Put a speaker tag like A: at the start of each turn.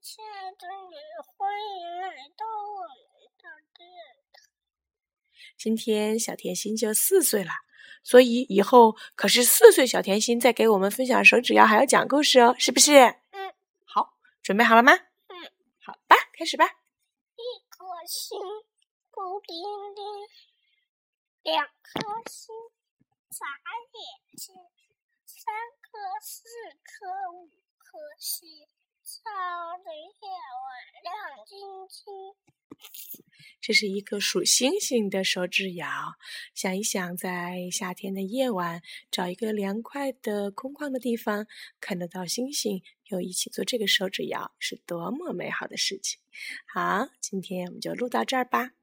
A: 亲爱的你，欢迎来到我们的电台。
B: 今天小甜心就4岁了，所以以后可是4岁小甜心在给我们分享手指谣还要讲故事哦，是不是？好，准备好了吗？好吧，开始吧。
A: 一颗心孤零零，2颗心眨眼睛，3颗、4颗、5颗星，照着夜晚亮晶晶。
B: 这是一个数星星的手指谣。想一想，在夏天的夜晚，找一个凉快的空旷的地方，看得到星星，又一起做这个手指谣，是多么美好的事情。好，今天我们就录到这儿吧。